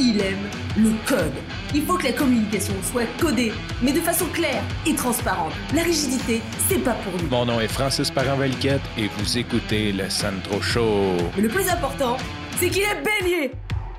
il aime le code. Il faut que la communication soit codée, mais de façon claire et transparente. La rigidité, c'est pas pour nous. Mon nom est Francis Parent-Valquette et vous écoutez le Sandro Show. Mais le plus important, c'est qu'il est bélier.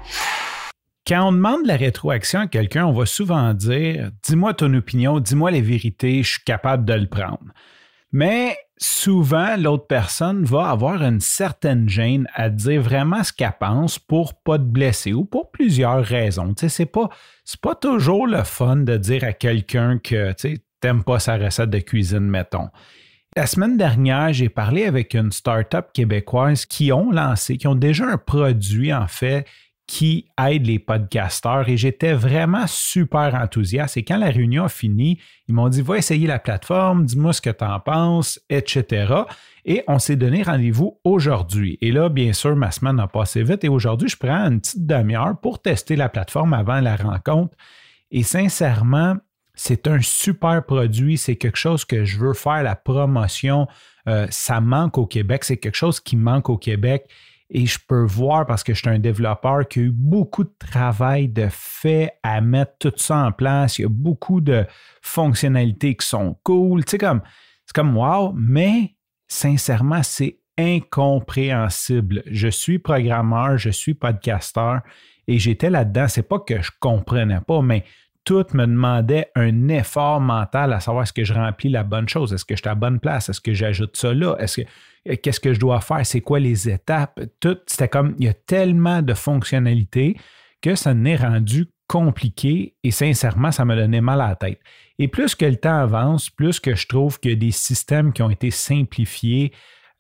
Quand on demande la rétroaction à quelqu'un, on va souvent dire « Dis-moi ton opinion, dis-moi la vérité, je suis capable de le prendre. » Mais souvent, l'autre personne va avoir une certaine gêne à dire vraiment ce qu'elle pense pour ne pas te blesser ou pour plusieurs raisons. Tu sais, c'est pas toujours le fun de dire à quelqu'un que tu n'aimes pas sa recette de cuisine, mettons. La semaine dernière, j'ai parlé avec une start-up québécoise qui ont déjà un produit en fait qui aide les podcasteurs et j'étais vraiment super enthousiaste. Et quand la réunion a fini, ils m'ont dit « Va essayer la plateforme, dis-moi ce que tu en penses, etc. » Et on s'est donné rendez-vous aujourd'hui. Et là, bien sûr, ma semaine a passé vite et aujourd'hui, je prends une petite demi-heure pour tester la plateforme avant la rencontre. Et sincèrement, c'est un super produit, c'est quelque chose que je veux faire la promotion. Ça manque au Québec, c'est quelque chose qui manque au Québec. Et je peux voir, parce que je suis un développeur, qu'il y a eu beaucoup de travail de fait à mettre tout ça en place. Il y a beaucoup de fonctionnalités qui sont cool. Tu sais, c'est comme wow, mais sincèrement, c'est incompréhensible. Je suis programmeur, je suis podcasteur et j'étais là-dedans. C'est pas que je comprenais pas, mais tout me demandait un effort mental à savoir est-ce que je remplis la bonne chose, est-ce que je suis à la bonne place, est-ce que j'ajoute ça là, qu'est-ce que je dois faire, c'est quoi les étapes, tout, c'était comme, il y a tellement de fonctionnalités que ça n'est rendu compliqué et sincèrement, ça m'a donné mal à la tête. Et plus que le temps avance, plus que je trouve qu'il y a des systèmes qui ont été simplifiés.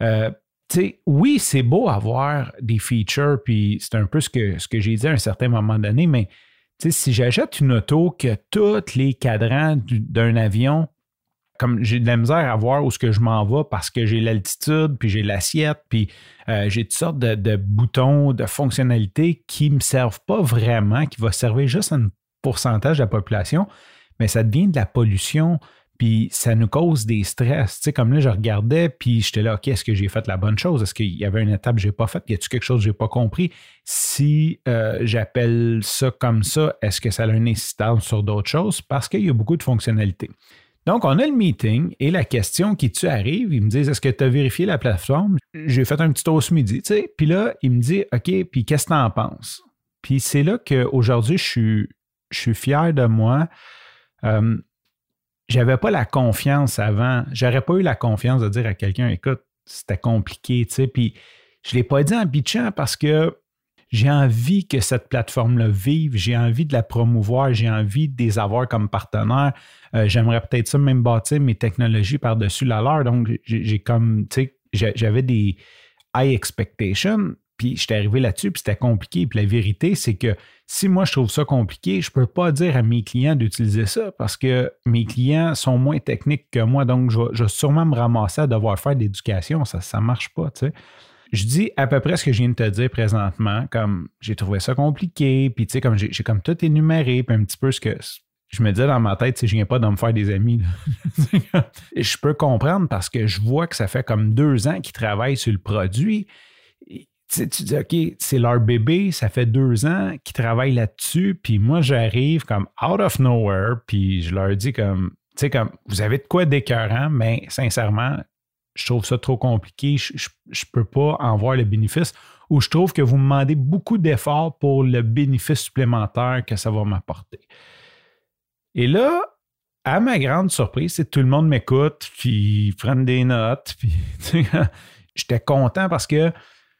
Oui, c'est beau avoir des features, puis c'est un peu ce que j'ai dit à un certain moment donné, mais si j'achète une auto que tous les cadrans d'un avion, comme j'ai de la misère à voir où ce que je m'en vais parce que j'ai l'altitude, puis j'ai l'assiette, puis j'ai toutes sortes de boutons, de fonctionnalités qui ne me servent pas vraiment, qui vont servir juste à un pourcentage de la population, mais ça devient de la pollution, puis ça nous cause des stress. Tu sais, comme là, je regardais, puis j'étais là, OK, est-ce que j'ai fait la bonne chose? Est-ce qu'il y avait une étape que je n'ai pas faite? Y a-t-il quelque chose que je n'ai pas compris? Si j'appelle ça comme ça, est-ce que ça a une incidence sur d'autres choses? Parce qu'il y a beaucoup de fonctionnalités. Donc, on a le meeting et la question qui arrive, ils me disent, est-ce que tu as vérifié la plateforme? J'ai fait un petit toast ce midi, tu sais. Puis là, il me dit, OK, puis qu'est-ce que tu en penses? Puis c'est là qu'aujourd'hui, je suis fier de moi. J'avais pas la confiance avant. J'aurais pas eu la confiance de dire à quelqu'un, écoute, c'était compliqué, tu sais. Puis je l'ai pas dit en pitchant parce que j'ai envie que cette plateforme-là vive, j'ai envie de la promouvoir, j'ai envie de les avoir comme partenaires. J'aimerais peut-être ça même bâtir mes technologies par-dessus la leur. Donc, j'ai comme, tu sais, j'avais des high expectations, puis j'étais arrivé là-dessus, puis c'était compliqué. Puis la vérité, c'est que si moi, je trouve ça compliqué, je ne peux pas dire à mes clients d'utiliser ça parce que mes clients sont moins techniques que moi. Donc, je vais sûrement me ramasser à devoir faire de l'éducation. Ça ne marche pas, tu sais. Je dis à peu près ce que je viens de te dire présentement, comme j'ai trouvé ça compliqué, puis tu sais, comme j'ai comme tout énuméré, puis un petit peu ce que je me disais dans ma tête, je viens pas de me faire des amis. Je peux comprendre parce que je vois que ça fait comme 2 ans qu'ils travaillent sur le produit. Tu dis, OK, c'est leur bébé, ça fait 2 ans qu'ils travaillent là-dessus, puis moi, j'arrive comme out of nowhere, puis je leur dis comme, tu sais, comme, vous avez de quoi d'écœurant, mais sincèrement, je trouve ça trop compliqué, je peux pas en voir le bénéfice, ou je trouve que vous me demandez beaucoup d'efforts pour le bénéfice supplémentaire que ça va m'apporter. Et là, à ma grande surprise, c'est que tout le monde m'écoute, puis ils prennent des notes, puis j'étais content parce que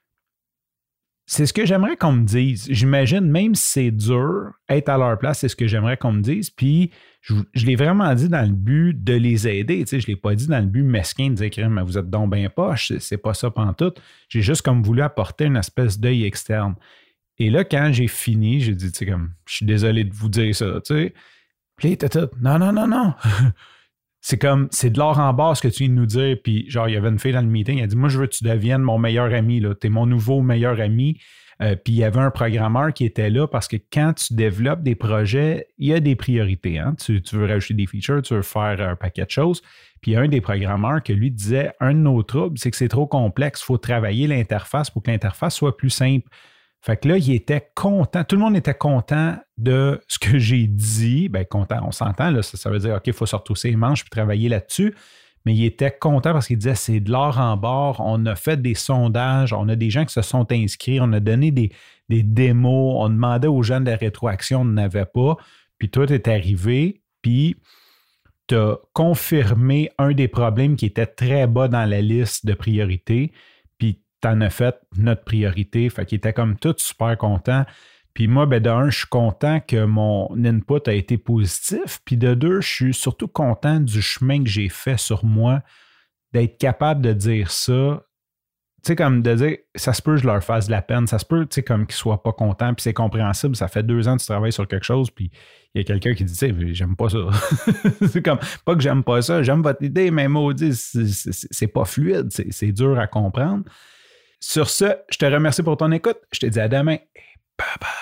c'est ce que j'aimerais qu'on me dise. J'imagine, même si c'est dur, être à leur place, c'est ce que j'aimerais qu'on me dise. Puis, je l'ai vraiment dit dans le but de les aider. Tu sais, je ne l'ai pas dit dans le but mesquin de dire mais vous êtes donc bien poche, c'est pas ça pantoute. J'ai juste comme voulu apporter une espèce d'œil externe. Et là, quand j'ai fini, j'ai dit, tu sais, comme, je suis désolé de vous dire ça, tu sais. Puis là, tout, non. C'est comme, c'est de l'or en bas ce que tu viens de nous dire. Puis genre, il y avait une fille dans le meeting, elle a dit, moi, je veux que tu deviennes mon meilleur ami, là. T'es mon nouveau meilleur ami. Puis il y avait un programmeur qui était là parce que quand tu développes des projets, il y a des priorités. Hein? Tu veux rajouter des features, tu veux faire un paquet de choses. Puis il y a un des programmeurs qui lui disait, un de nos troubles, c'est que c'est trop complexe. Il faut travailler l'interface pour que l'interface soit plus simple. Fait que là, il était content. Tout le monde était content de ce que j'ai dit. Bien, content, on s'entend, là, ça veut dire, OK, il faut se retrousser les manches puis travailler là-dessus. Mais il était content parce qu'il disait, c'est de l'or en bord. On a fait des sondages, on a des gens qui se sont inscrits, on a donné des démos, on demandait aux gens de la rétroaction, on n'en avait pas. Puis toi, tu es arrivé, puis tu as confirmé un des problèmes qui était très bas dans la liste de priorités. Puis t'en as fait notre priorité. Fait qu'il était comme tout super content. Puis moi, ben de un, je suis content que mon input a été positif. Puis de deux, je suis surtout content du chemin que j'ai fait sur moi, d'être capable de dire ça. Tu sais, comme de dire, ça se peut que je leur fasse de la peine. Ça se peut, tu sais, comme qu'ils ne soient pas contents. Puis c'est compréhensible. Ça fait 2 ans que tu travailles sur quelque chose. Puis il y a quelqu'un qui dit, tu sais, j'aime pas ça. C'est comme, pas que j'aime pas ça. J'aime votre idée, mais maudit, c'est pas fluide. C'est dur à comprendre. Sur ce, je te remercie pour ton écoute. Je te dis à demain et bye bye.